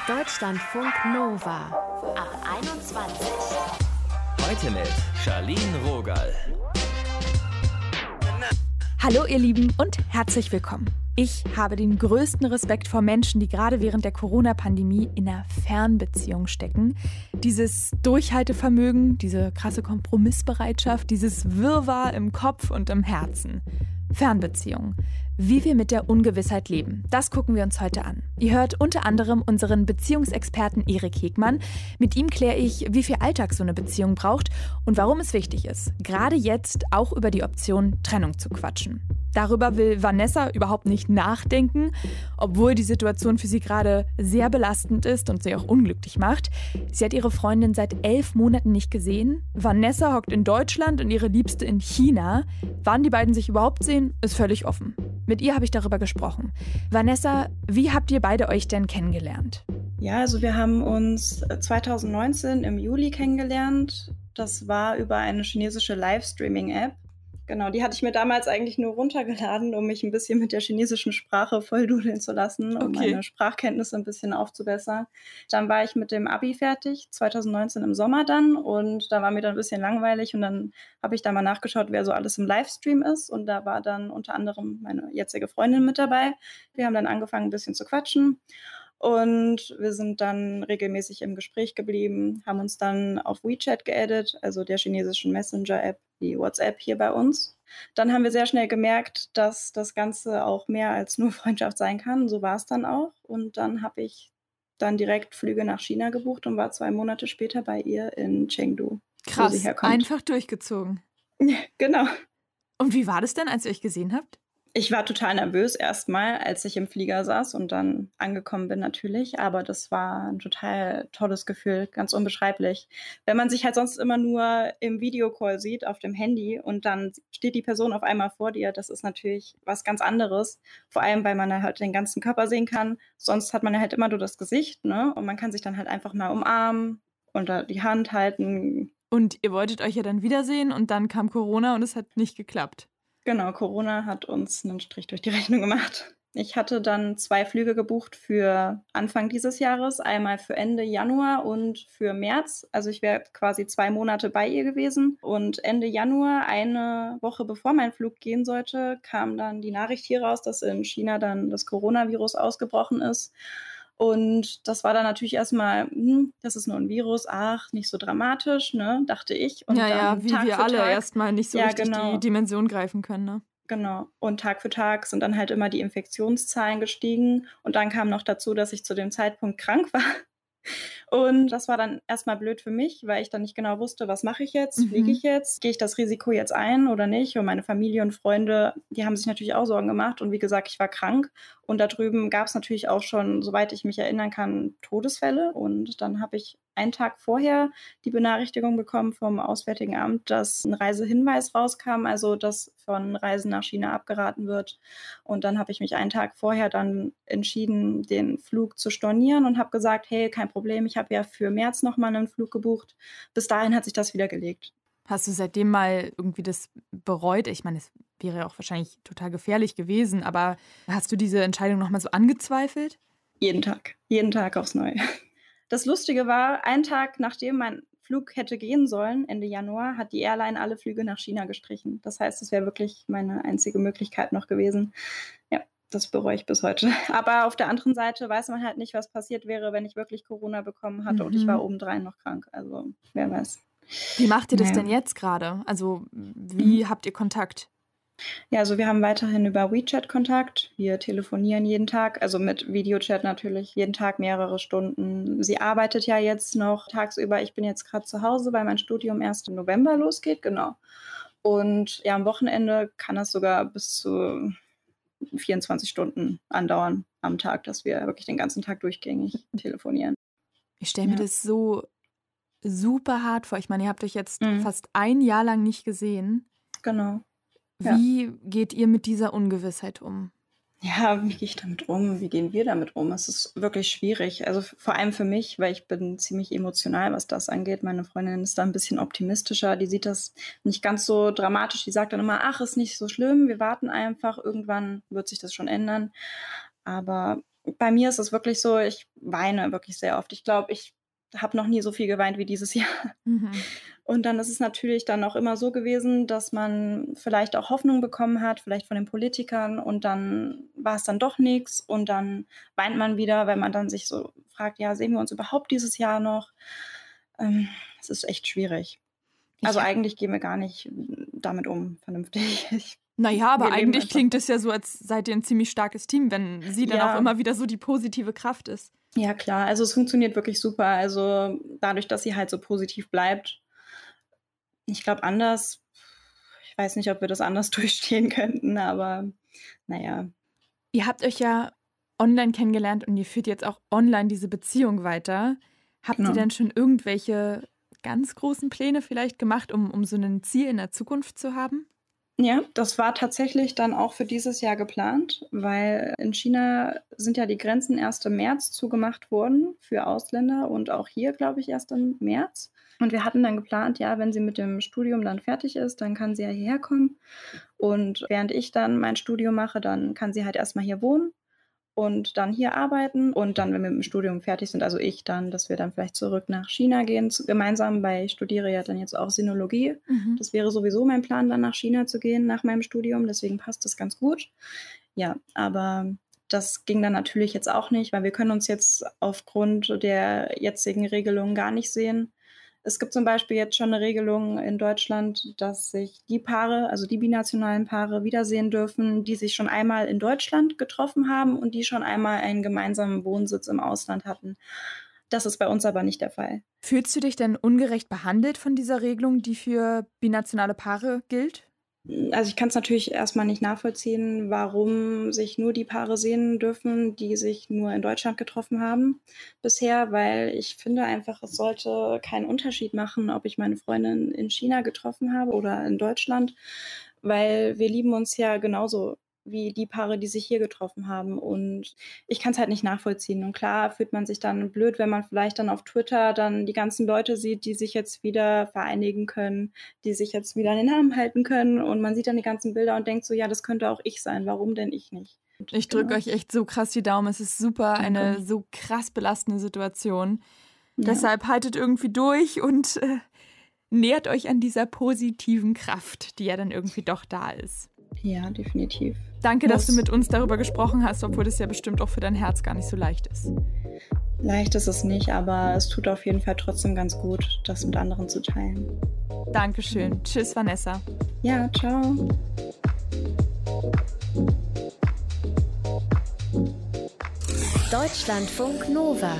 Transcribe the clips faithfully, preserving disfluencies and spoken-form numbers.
Deutschlandfunk Nova ab einundzwanzig. Heute mit Charlene Rogal. Hallo ihr Lieben und herzlich willkommen. Ich habe den größten Respekt vor Menschen, die gerade während der Corona-Pandemie in einer Fernbeziehung stecken. Dieses Durchhaltevermögen, diese krasse Kompromissbereitschaft, dieses Wirrwarr im Kopf und im Herzen. Fernbeziehung. Wie wir mit der Ungewissheit leben, das gucken wir uns heute an. Ihr hört unter anderem unseren Beziehungsexperten Erik Hegmann. Mit ihm kläre ich, wie viel Alltag so eine Beziehung braucht und warum es wichtig ist, gerade jetzt auch über die Option Trennung zu quatschen. Darüber will Vanessa überhaupt nicht nachdenken, obwohl die Situation für sie gerade sehr belastend ist und sie auch unglücklich macht. Sie hat ihre Freundin seit elf Monaten nicht gesehen. Vanessa hockt in Deutschland und ihre Liebste in China. Wann die beiden sich überhaupt sehen, ist völlig offen. Mit ihr habe ich darüber gesprochen. Vanessa, wie habt ihr beide euch denn kennengelernt? Ja, also wir haben uns zwanzig neunzehn im Juli kennengelernt. Das war über eine chinesische Livestreaming-App. Genau, die hatte ich mir damals eigentlich nur runtergeladen, um mich ein bisschen mit der chinesischen Sprache volldudeln zu lassen, um Okay. meine Sprachkenntnisse ein bisschen aufzubessern. Dann war ich mit dem Abi fertig, zwanzig neunzehn im Sommer dann, und da war mir dann ein bisschen langweilig und dann habe ich da mal nachgeschaut, wer so alles im Livestream ist, und da war dann unter anderem meine jetzige Freundin mit dabei. Wir haben dann angefangen, ein bisschen zu quatschen. Und wir sind dann regelmäßig im Gespräch geblieben, haben uns dann auf WeChat geaddet, also der chinesischen Messenger-App wie WhatsApp hier bei uns. Dann haben wir sehr schnell gemerkt, dass das Ganze auch mehr als nur Freundschaft sein kann. So war es dann auch. Und dann habe ich dann direkt Flüge nach China gebucht und war zwei Monate später bei ihr in Chengdu, wo sie Krass, herkommt. einfach durchgezogen. Genau. Und wie war das denn, als ihr euch gesehen habt? Ich war total nervös erstmal, als ich im Flieger saß und dann angekommen bin natürlich, aber das war ein total tolles Gefühl, ganz unbeschreiblich. Wenn man sich halt sonst immer nur im Videocall sieht auf dem Handy und dann steht die Person auf einmal vor dir, das ist natürlich was ganz anderes, vor allem, weil man halt den ganzen Körper sehen kann. Sonst hat man ja halt immer nur das Gesicht, ne? Und man kann sich dann halt einfach mal umarmen und da die Hand halten. Und ihr wolltet euch ja dann wiedersehen und dann kam Corona und es hat nicht geklappt. Genau, Corona hat uns einen Strich durch die Rechnung gemacht. Ich hatte dann zwei Flüge gebucht für Anfang dieses Jahres, einmal für Ende Januar und für März. Also ich wäre quasi zwei Monate bei ihr gewesen. Und Ende Januar, eine Woche bevor mein Flug gehen sollte, kam dann die Nachricht hier raus, dass in China dann das Coronavirus ausgebrochen ist. Und das war dann natürlich erstmal, hm, das ist nur ein Virus, ach, nicht so dramatisch, ne, dachte ich. Und ja, dann ja, wie Tag wir für alle Tag, erstmal nicht so Ja, richtig genau. die Dimension greifen können, ne? Genau. Und Tag für Tag sind dann halt immer die Infektionszahlen gestiegen. Und dann kam noch dazu, dass ich zu dem Zeitpunkt krank war. Und das war dann erstmal blöd für mich, weil ich dann nicht genau wusste, was mache ich jetzt? Mhm. Fliege ich jetzt? Gehe ich das Risiko jetzt ein oder nicht? Und meine Familie und Freunde, die haben sich natürlich auch Sorgen gemacht. Und wie gesagt, ich war krank. Und da drüben gab es natürlich auch schon, soweit ich mich erinnern kann, Todesfälle. Und dann habe ich einen Tag vorher die Benachrichtigung bekommen vom Auswärtigen Amt, dass ein Reisehinweis rauskam, also dass von Reisen nach China abgeraten wird. Und dann habe ich mich einen Tag vorher dann entschieden, den Flug zu stornieren und habe gesagt, hey, kein Problem, ich habe ja für März nochmal einen Flug gebucht. Bis dahin hat sich das wieder gelegt. Hast du seitdem mal irgendwie das bereut? Ich meine, es wäre ja auch wahrscheinlich total gefährlich gewesen, aber hast du diese Entscheidung nochmal so angezweifelt? Jeden Tag, jeden Tag aufs Neue. Das Lustige war, einen Tag nachdem mein Flug hätte gehen sollen, Ende Januar, hat die Airline alle Flüge nach China gestrichen. Das heißt, es wäre wirklich meine einzige Möglichkeit noch gewesen. Ja, das bereue ich bis heute. Aber auf der anderen Seite weiß man halt nicht, was passiert wäre, wenn ich wirklich Corona bekommen hatte, Mhm. und ich war obendrein noch krank. Also, wer weiß. Wie macht ihr das Naja. denn jetzt gerade? Also wie habt ihr Kontakt? Ja, also wir haben weiterhin über WeChat Kontakt. Wir telefonieren jeden Tag, also mit Videochat natürlich, jeden Tag mehrere Stunden. Sie arbeitet ja jetzt noch tagsüber. Ich bin jetzt gerade zu Hause, weil mein Studium erst im November losgeht, genau. Und ja, am Wochenende kann das sogar bis zu vierundzwanzig Stunden andauern am Tag, dass wir wirklich den ganzen Tag durchgängig telefonieren. Ich stelle mir Ja. das so super hart vor. Ich meine, ihr habt euch jetzt Mhm. fast ein Jahr lang nicht gesehen. Genau. Ja. Wie geht ihr mit dieser Ungewissheit um? Ja, wie gehe ich damit um? Wie gehen wir damit um? Es ist wirklich schwierig. Also f- vor allem für mich, weil ich bin ziemlich emotional, was das angeht. Meine Freundin ist da ein bisschen optimistischer. Die sieht das nicht ganz so dramatisch. Die sagt dann immer, ach, ist nicht so schlimm. Wir warten einfach. Irgendwann wird sich das schon ändern. Aber bei mir ist es wirklich so, ich weine wirklich sehr oft. Ich glaube, ich habe noch nie so viel geweint wie dieses Jahr. Mhm. Und dann ist es natürlich dann auch immer so gewesen, dass man vielleicht auch Hoffnung bekommen hat, vielleicht von den Politikern, und dann war es dann doch nichts und dann weint man wieder, wenn man dann sich so fragt, ja, sehen wir uns überhaupt dieses Jahr noch? Ähm, es ist echt schwierig. Also Ich- eigentlich gehen wir gar nicht damit um, vernünftig. Ich, Naja, aber Wir leben eigentlich einfach. klingt es ja so, als seid ihr ein ziemlich starkes Team, wenn sie dann Ja. auch immer wieder so die positive Kraft ist. ja, klar, also es funktioniert wirklich super. Also dadurch, dass sie halt so positiv bleibt. Ich glaube, anders, ich weiß nicht, ob wir das anders durchstehen könnten, aber naja. Ihr habt euch ja online kennengelernt und ihr führt jetzt auch online diese Beziehung weiter. Habt Genau. ihr denn schon irgendwelche ganz großen Pläne vielleicht gemacht, um, um so ein Ziel in der Zukunft zu haben? Ja, das war tatsächlich dann auch für dieses Jahr geplant, weil in China sind ja die Grenzen erst im März zugemacht worden für Ausländer und auch hier, glaube ich, erst im März. Und wir hatten dann geplant, ja, wenn sie mit dem Studium dann fertig ist, dann kann sie ja hierher kommen. Und während ich dann mein Studium mache, dann kann sie halt erstmal hier wohnen und dann hier arbeiten. Und dann, wenn wir mit dem Studium fertig sind, also ich dann, dass wir dann vielleicht zurück nach China gehen, zu, gemeinsam, weil ich studiere ja dann jetzt auch Sinologie. Mhm. Das wäre sowieso mein Plan, dann nach China zu gehen nach meinem Studium. Deswegen passt das ganz gut. Ja, aber das ging dann natürlich jetzt auch nicht, weil wir können uns jetzt aufgrund der jetzigen Regelungen gar nicht sehen. Es gibt zum Beispiel jetzt schon eine Regelung in Deutschland, dass sich die Paare, also die binationalen Paare, wiedersehen dürfen, die sich schon einmal in Deutschland getroffen haben und die schon einmal einen gemeinsamen Wohnsitz im Ausland hatten. Das ist bei uns aber nicht der Fall. Fühlst du dich denn ungerecht behandelt von dieser Regelung, die für binationale Paare gilt? Also ich kann es natürlich erstmal nicht nachvollziehen, warum sich nur die Paare sehen dürfen, die sich nur in Deutschland getroffen haben bisher, weil ich finde einfach, es sollte keinen Unterschied machen, ob ich meine Freundin in China getroffen habe oder in Deutschland, weil wir lieben uns ja genauso wie die Paare, die sich hier getroffen haben. Und ich kann es halt nicht nachvollziehen. Und klar fühlt man sich dann blöd, wenn man vielleicht dann auf Twitter dann die ganzen Leute sieht, die sich jetzt wieder vereinigen können, die sich jetzt wieder an den Namen halten können. Und man sieht dann die ganzen Bilder und denkt so, ja, das könnte auch ich sein. Warum denn ich nicht? Und Ich drücke genau. euch echt so krass die Daumen. Es ist super, eine so krass belastende Situation. Ja. Deshalb haltet irgendwie durch und äh, nähert euch an dieser positiven Kraft, die ja dann irgendwie doch da ist. Ja, definitiv. Danke, dass Muss. du mit uns darüber gesprochen hast, obwohl das ja bestimmt auch für dein Herz gar nicht so leicht ist. Leicht ist es nicht, aber es tut auf jeden Fall trotzdem ganz gut, das mit anderen zu teilen. Dankeschön. Tschüss, Vanessa. Ja, ciao. Deutschlandfunk Nova.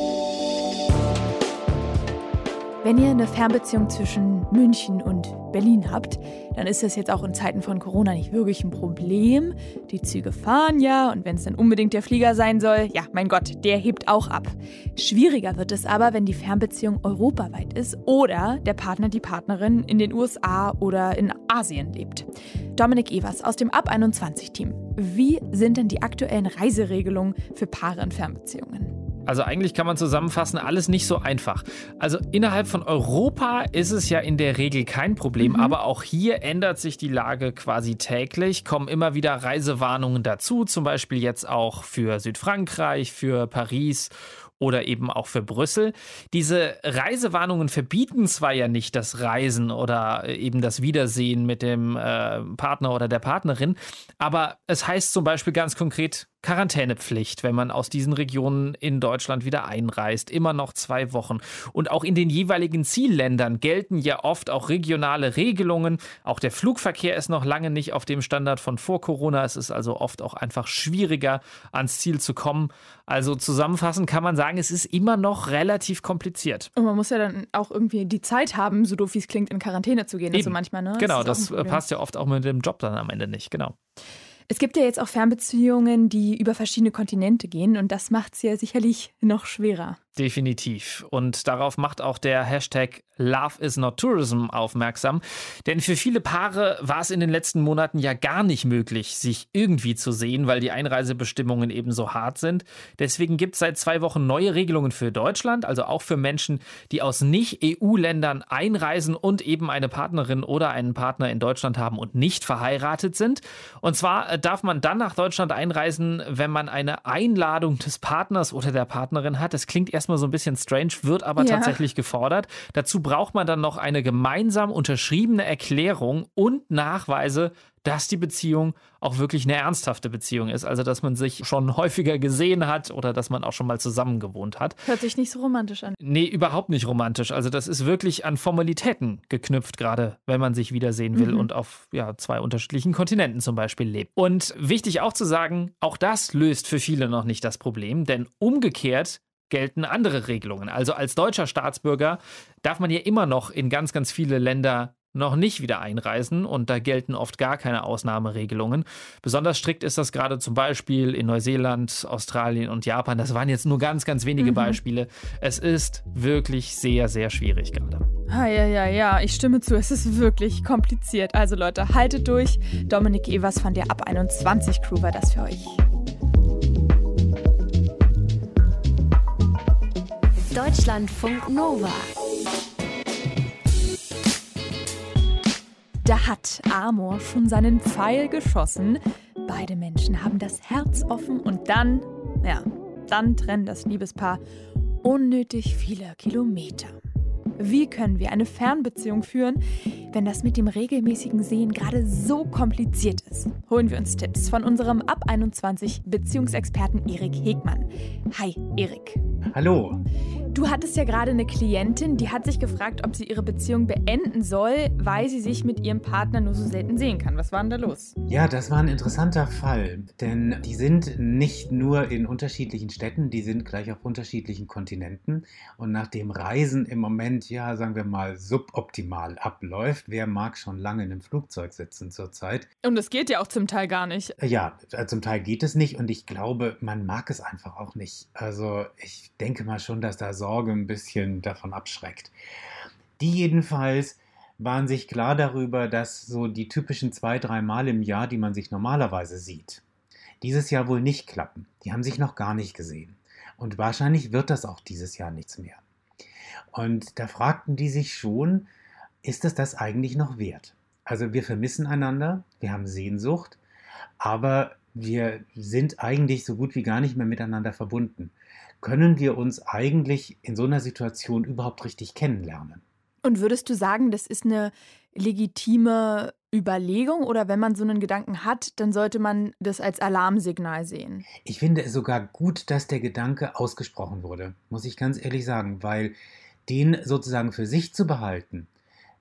Wenn ihr eine Fernbeziehung zwischen München und Berlin habt, dann ist das jetzt auch in Zeiten von Corona nicht wirklich ein Problem. Die Züge fahren ja und wenn es dann unbedingt der Flieger sein soll, ja, mein Gott, der hebt auch ab. Schwieriger wird es aber, wenn die Fernbeziehung europaweit ist oder der Partner, die Partnerin in den U S A oder in Asien lebt. Dominik Evers aus dem Ab einundzwanzig-Team. Wie sind denn die aktuellen Reiseregelungen für Paare in Fernbeziehungen? Also eigentlich kann man zusammenfassen, alles nicht so einfach. Also innerhalb von Europa ist es ja in der Regel kein Problem, Mhm. aber auch hier ändert sich die Lage quasi täglich, kommen immer wieder Reisewarnungen dazu, zum Beispiel jetzt auch für Südfrankreich, für Paris oder eben auch für Brüssel. Diese Reisewarnungen verbieten zwar ja nicht das Reisen oder eben das Wiedersehen mit dem äh, Partner oder der Partnerin, aber es heißt zum Beispiel ganz konkret Quarantänepflicht, wenn man aus diesen Regionen in Deutschland wieder einreist, immer noch zwei Wochen. Und auch in den jeweiligen Zielländern gelten ja oft auch regionale Regelungen. Auch der Flugverkehr ist noch lange nicht auf dem Standard von vor Corona. Es ist also oft auch einfach schwieriger, ans Ziel zu kommen. Also zusammenfassend kann man sagen, es ist immer noch relativ kompliziert. Und man muss ja dann auch irgendwie die Zeit haben, so doof wie es klingt, in Quarantäne zu gehen. Also Eben. manchmal, ne? Genau, ist auch das ein Problem. passt ja oft auch mit dem Job dann am Ende nicht. Genau. Es gibt ja jetzt auch Fernbeziehungen, die über verschiedene Kontinente gehen und das macht es ja sicherlich noch schwerer. Definitiv. Und darauf macht auch der Hashtag Love is not tourism aufmerksam. Denn für viele Paare war es in den letzten Monaten ja gar nicht möglich, sich irgendwie zu sehen, weil die Einreisebestimmungen eben so hart sind. Deswegen gibt es seit zwei Wochen neue Regelungen für Deutschland, also auch für Menschen, die aus Nicht-E U-Ländern einreisen und eben eine Partnerin oder einen Partner in Deutschland haben und nicht verheiratet sind. Und zwar darf man dann nach Deutschland einreisen, wenn man eine Einladung des Partners oder der Partnerin hat. Das klingt erstmal so ein bisschen strange, wird aber Ja. tatsächlich gefordert. Dazu braucht man dann noch eine gemeinsam unterschriebene Erklärung und Nachweise, dass die Beziehung auch wirklich eine ernsthafte Beziehung ist. Also, dass man sich schon häufiger gesehen hat oder dass man auch schon mal zusammen gewohnt hat. Hört sich nicht so romantisch an. Nee, überhaupt nicht romantisch. Also das ist wirklich an Formalitäten geknüpft, gerade wenn man sich wiedersehen will Mhm. und auf ja, zwei unterschiedlichen Kontinenten zum Beispiel lebt. Und wichtig auch zu sagen, auch das löst für viele noch nicht das Problem, denn umgekehrt gelten andere Regelungen. Also als deutscher Staatsbürger darf man ja immer noch in ganz, ganz viele Länder noch nicht wieder einreisen und da gelten oft gar keine Ausnahmeregelungen. Besonders strikt ist das gerade zum Beispiel in Neuseeland, Australien und Japan. Das waren jetzt nur ganz, ganz wenige Mhm. Beispiele. Es ist wirklich sehr, sehr schwierig gerade. Ah, ja, ja, ja, ich stimme zu, es ist wirklich kompliziert. Also Leute, haltet durch. Dominik Evers von der Ab einundzwanzig Crew war das für euch. Deutschlandfunk Nova. Da hat Amor schon seinen Pfeil geschossen. Beide Menschen haben das Herz offen und dann, ja, dann trennen das Liebespaar unnötig viele Kilometer. Wie können wir eine Fernbeziehung führen, wenn das mit dem regelmäßigen Sehen gerade so kompliziert ist? Holen wir uns Tipps von unserem Ab einundzwanzig Beziehungsexperten Erik Hegmann. Hi, Erik. Hallo. Du hattest ja gerade eine Klientin, die hat sich gefragt, ob sie ihre Beziehung beenden soll, weil sie sich mit ihrem Partner nur so selten sehen kann. Was war denn da los? Ja, das war ein interessanter Fall, denn die sind nicht nur in unterschiedlichen Städten, die sind gleich auf unterschiedlichen Kontinenten. Und nachdem Reisen im Moment, ja, sagen wir mal, suboptimal abläuft, wer mag schon lange in einem Flugzeug sitzen zurzeit? Und das geht ja auch zum Teil gar nicht. Ja, zum Teil geht es nicht und ich glaube, man mag es einfach auch nicht. Also ich denke mal schon, dass da Sorge ein bisschen davon abschreckt. Die jedenfalls waren sich klar darüber, dass so die typischen zwei, drei Mal im Jahr, die man sich normalerweise sieht, dieses Jahr wohl nicht klappen. Die haben sich noch gar nicht gesehen. Und wahrscheinlich wird das auch dieses Jahr nichts mehr. Und da fragten die sich schon, ist es das eigentlich noch wert? Also wir vermissen einander, wir haben Sehnsucht, aber wir sind eigentlich so gut wie gar nicht mehr miteinander verbunden. Können wir uns eigentlich in so einer Situation überhaupt richtig kennenlernen? Und würdest du sagen, das ist eine legitime Überlegung oder wenn man so einen Gedanken hat, dann sollte man das als Alarmsignal sehen? Ich finde es sogar gut, dass der Gedanke ausgesprochen wurde, muss ich ganz ehrlich sagen, weil den sozusagen für sich zu behalten,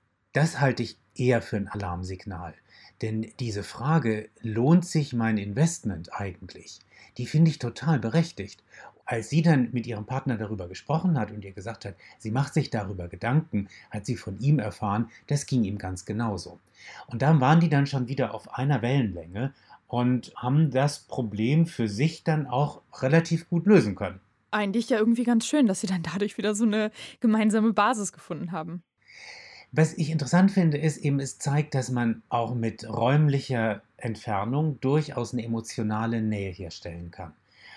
das halte ich eher für ein Alarmsignal. Denn diese Frage, lohnt sich mein Investment eigentlich, die finde ich total berechtigt. Als sie dann mit ihrem Partner darüber gesprochen hat und ihr gesagt hat, sie macht sich darüber Gedanken, hat sie von ihm erfahren, das ging ihm ganz genauso. Und dann waren die dann schon wieder auf einer Wellenlänge und haben das Problem für sich dann auch relativ gut lösen können. Eigentlich ja irgendwie ganz schön, dass sie dann dadurch wieder so eine gemeinsame Basis gefunden haben. Was ich interessant finde, ist eben, es zeigt, dass man auch mit räumlicher Entfernung durchaus eine emotionale Nähe herstellen kann.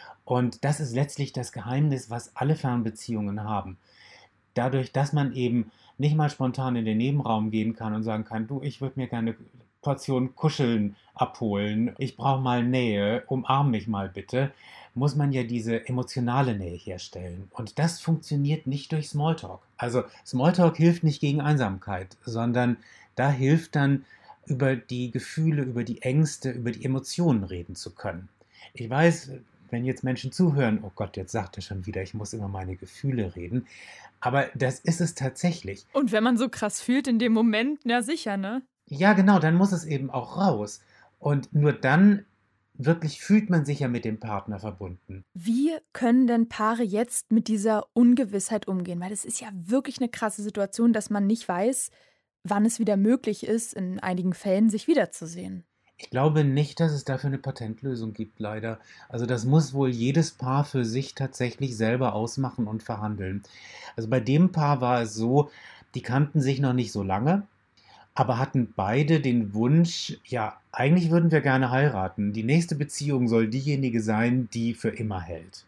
Und das ist letztlich das Geheimnis, was alle Fernbeziehungen haben. Dadurch, dass man eben nicht mal spontan in den Nebenraum gehen kann und sagen kann, du, ich würde mir gerne eine Portion Kuscheln abholen, ich brauche mal Nähe, umarm mich mal bitte, muss man ja diese emotionale Nähe herstellen. Und das funktioniert nicht durch Smalltalk. Also Smalltalk hilft nicht gegen Einsamkeit, sondern da hilft dann, über die Gefühle, über die Ängste, über die Emotionen reden zu können. Ich weiß, wenn jetzt Menschen zuhören, oh Gott, jetzt sagt er schon wieder, ich muss über meine Gefühle reden. Aber das ist es tatsächlich. Und wenn man so krass fühlt in dem Moment, ja sicher, ne? Ja, genau, dann muss es eben auch raus. Und nur dann wirklich fühlt man sich ja mit dem Partner verbunden. Wie können denn Paare jetzt mit dieser Ungewissheit umgehen? Weil es ist ja wirklich eine krasse Situation, dass man nicht weiß, wann es wieder möglich ist, in einigen Fällen sich wiederzusehen. Ich glaube nicht, dass es dafür eine Patentlösung gibt, leider. Also das muss wohl jedes Paar für sich tatsächlich selber ausmachen und verhandeln. Also bei dem Paar war es so, die kannten sich noch nicht so lange, aber hatten beide den Wunsch, ja, eigentlich würden wir gerne heiraten. Die nächste Beziehung soll diejenige sein, die für immer hält.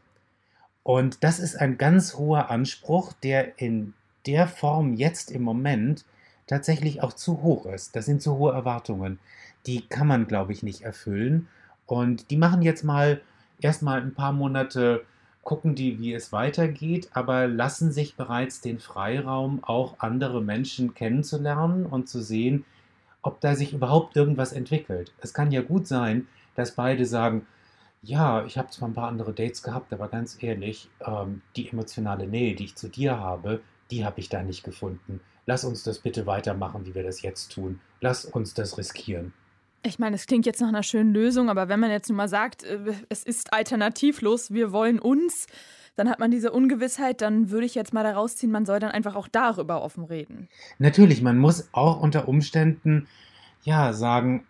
Und das ist ein ganz hoher Anspruch, der in der Form jetzt im Moment tatsächlich auch zu hoch ist. Das sind zu hohe Erwartungen. Die kann man, glaube ich, nicht erfüllen. Und die machen jetzt mal erstmal ein paar Monate, gucken die, wie es weitergeht, aber lassen sich bereits den Freiraum, auch andere Menschen kennenzulernen und zu sehen, ob da sich überhaupt irgendwas entwickelt. Es kann ja gut sein, dass beide sagen, ja, ich habe zwar ein paar andere Dates gehabt, aber ganz ehrlich, ähm, die emotionale Nähe, die ich zu dir habe, die habe ich da nicht gefunden. Lass uns das bitte weitermachen, wie wir das jetzt tun. Lass uns das riskieren. Ich meine, es klingt jetzt nach einer schönen Lösung, aber wenn man jetzt nun mal sagt, es ist alternativlos, wir wollen uns, dann hat man diese Ungewissheit, dann würde ich jetzt mal da rausziehen, man soll dann einfach auch darüber offen reden. Natürlich, man muss auch unter Umständen, ja, sagen,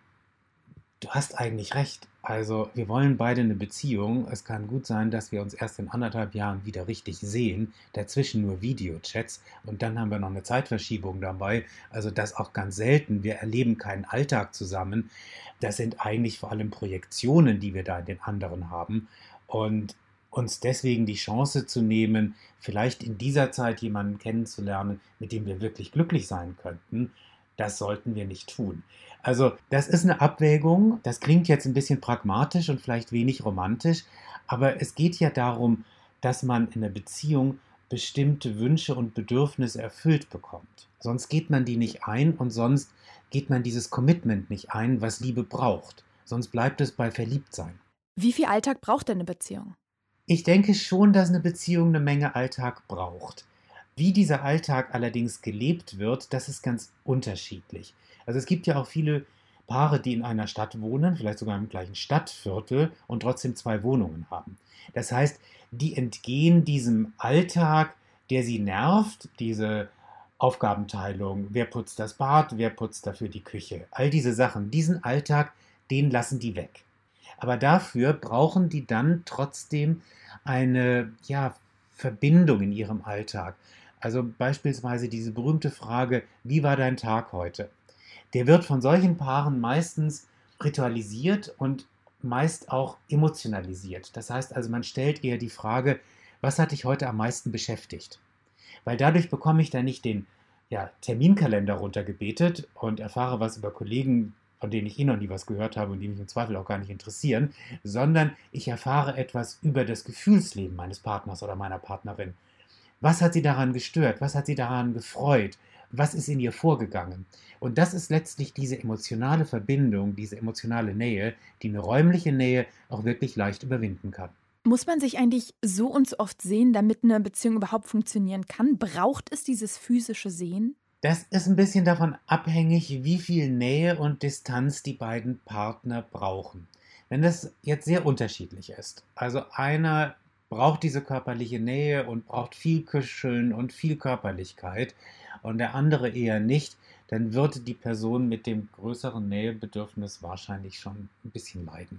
du hast eigentlich recht. Also wir wollen beide eine Beziehung. Es kann gut sein, dass wir uns erst in anderthalb Jahren wieder richtig sehen. Dazwischen nur Videochats und dann haben wir noch eine Zeitverschiebung dabei. Also das auch ganz selten. Wir erleben keinen Alltag zusammen. Das sind eigentlich vor allem Projektionen, die wir da in den anderen haben. Und uns deswegen die Chance zu nehmen, vielleicht in dieser Zeit jemanden kennenzulernen, mit dem wir wirklich glücklich sein könnten, das sollten wir nicht tun. Also das ist eine Abwägung, das klingt jetzt ein bisschen pragmatisch und vielleicht wenig romantisch, aber es geht ja darum, dass man in einer Beziehung bestimmte Wünsche und Bedürfnisse erfüllt bekommt. Sonst geht man die nicht ein und sonst geht man dieses Commitment nicht ein, was Liebe braucht. Sonst bleibt es bei Verliebtsein. Wie viel Alltag braucht denn eine Beziehung? Ich denke schon, dass eine Beziehung eine Menge Alltag braucht. Wie dieser Alltag allerdings gelebt wird, das ist ganz unterschiedlich. Also es gibt ja auch viele Paare, die in einer Stadt wohnen, vielleicht sogar im gleichen Stadtviertel und trotzdem zwei Wohnungen haben. Das heißt, die entgehen diesem Alltag, der sie nervt, diese Aufgabenteilung, wer putzt das Bad, wer putzt dafür die Küche, all diese Sachen, diesen Alltag, den lassen die weg. Aber dafür brauchen die dann trotzdem eine, ja, Verbindung in ihrem Alltag. Also beispielsweise diese berühmte Frage, wie war dein Tag heute? Der wird von solchen Paaren meistens ritualisiert und meist auch emotionalisiert. Das heißt also, man stellt eher die Frage, was hat dich heute am meisten beschäftigt? Weil dadurch bekomme ich dann nicht den ja, Terminkalender runtergebetet und erfahre was über Kollegen, von denen ich eh noch nie was gehört habe und die mich im Zweifel auch gar nicht interessieren, sondern ich erfahre etwas über das Gefühlsleben meines Partners oder meiner Partnerin. Was hat sie daran gestört? Was hat sie daran gefreut? Was ist in ihr vorgegangen? Und das ist letztlich diese emotionale Verbindung, diese emotionale Nähe, die eine räumliche Nähe auch wirklich leicht überwinden kann. Muss man sich eigentlich so und so oft sehen, damit eine Beziehung überhaupt funktionieren kann? Braucht es dieses physische Sehen? Das ist ein bisschen davon abhängig, wie viel Nähe und Distanz die beiden Partner brauchen. Wenn das jetzt sehr unterschiedlich ist, also einer braucht diese körperliche Nähe und braucht viel Kuscheln und viel Körperlichkeit und der andere eher nicht, dann wird die Person mit dem größeren Nähebedürfnis wahrscheinlich schon ein bisschen leiden.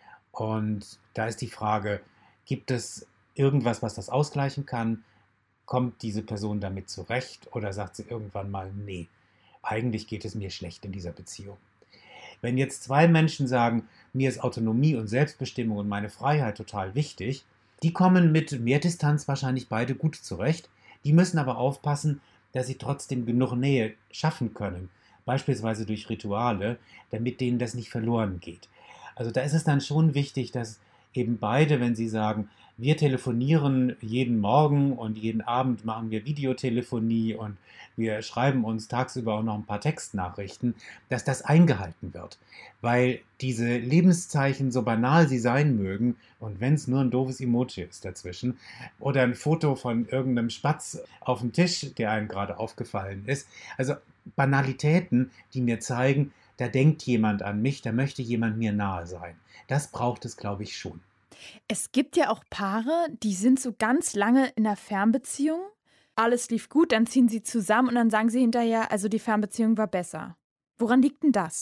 Und da ist die Frage, gibt es irgendwas, was das ausgleichen kann? Kommt diese Person damit zurecht oder sagt sie irgendwann mal, nee, eigentlich geht es mir schlecht in dieser Beziehung. Wenn jetzt zwei Menschen sagen, mir ist Autonomie und Selbstbestimmung und meine Freiheit total wichtig, die kommen mit mehr Distanz wahrscheinlich beide gut zurecht. Die müssen aber aufpassen, dass sie trotzdem genug Nähe schaffen können, beispielsweise durch Rituale, damit denen das nicht verloren geht. Also da ist es dann schon wichtig, dass eben beide, wenn sie sagen, wir telefonieren jeden Morgen und jeden Abend machen wir Videotelefonie und wir schreiben uns tagsüber auch noch ein paar Textnachrichten, dass das eingehalten wird. Weil diese Lebenszeichen, so banal sie sein mögen, und wenn es nur ein doofes Emoji ist dazwischen oder ein Foto von irgendeinem Spatz auf dem Tisch, der einem gerade aufgefallen ist, also Banalitäten, die mir zeigen, da denkt jemand an mich, da möchte jemand mir nahe sein. Das braucht es, glaube ich, schon. Es gibt ja auch Paare, die sind so ganz lange in einer Fernbeziehung. Alles lief gut, dann ziehen sie zusammen und dann sagen sie hinterher, also die Fernbeziehung war besser. Woran liegt denn das?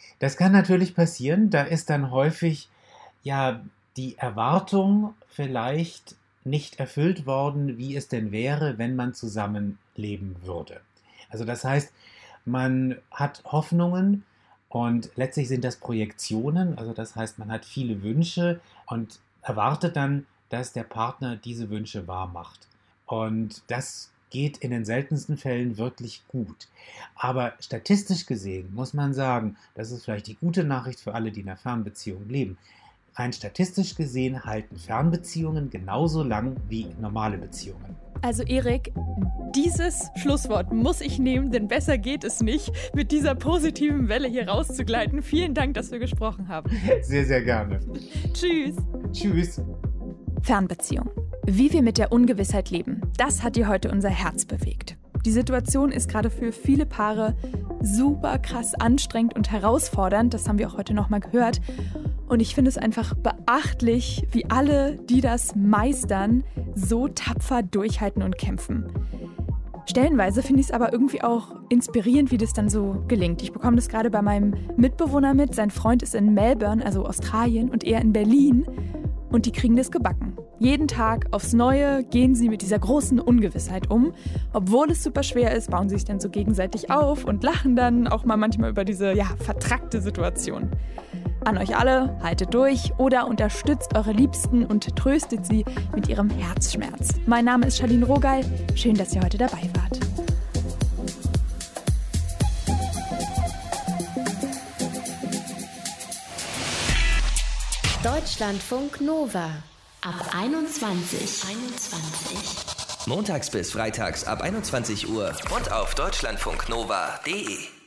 Das kann natürlich passieren. Da ist dann häufig ja die Erwartung vielleicht nicht erfüllt worden, wie es denn wäre, wenn man zusammenleben würde. Also das heißt, man hat Hoffnungen und letztlich sind das Projektionen. Also das heißt, man hat viele Wünsche und erwartet dann, dass der Partner diese Wünsche wahr macht. Und das geht in den seltensten Fällen wirklich gut. Aber statistisch gesehen muss man sagen, das ist vielleicht die gute Nachricht für alle, die in einer Fernbeziehung leben. Rein statistisch gesehen halten Fernbeziehungen genauso lang wie normale Beziehungen. Also Erik, dieses Schlusswort muss ich nehmen, denn besser geht es nicht, mit dieser positiven Welle hier rauszugleiten. Vielen Dank, dass wir gesprochen haben. Sehr, sehr gerne. Tschüss. Tschüss. Fernbeziehung. Wie wir mit der Ungewissheit leben, das hat dir heute unser Herz bewegt. Die Situation ist gerade für viele Paare super krass anstrengend und herausfordernd. Das haben wir auch heute nochmal gehört. Und ich finde es einfach beachtlich, wie alle, die das meistern, so tapfer durchhalten und kämpfen. Stellenweise finde ich es aber irgendwie auch inspirierend, wie das dann so gelingt. Ich bekomme das gerade bei meinem Mitbewohner mit. Sein Freund ist in Melbourne, also Australien, und er in Berlin. Und die kriegen das gebacken. Jeden Tag aufs Neue gehen sie mit dieser großen Ungewissheit um. Obwohl es super schwer ist, bauen sie sich dann so gegenseitig auf und lachen dann auch mal manchmal über diese, ja, vertrackte Situation. An euch alle, haltet durch oder unterstützt eure Liebsten und tröstet sie mit ihrem Herzschmerz. Mein Name ist Charlene Rogal. Schön, dass ihr heute dabei wart. Deutschlandfunk Nova ab einundzwanzig. einundzwanzig. Montags bis freitags ab einundzwanzig Uhr und auf deutschlandfunknova punkt de.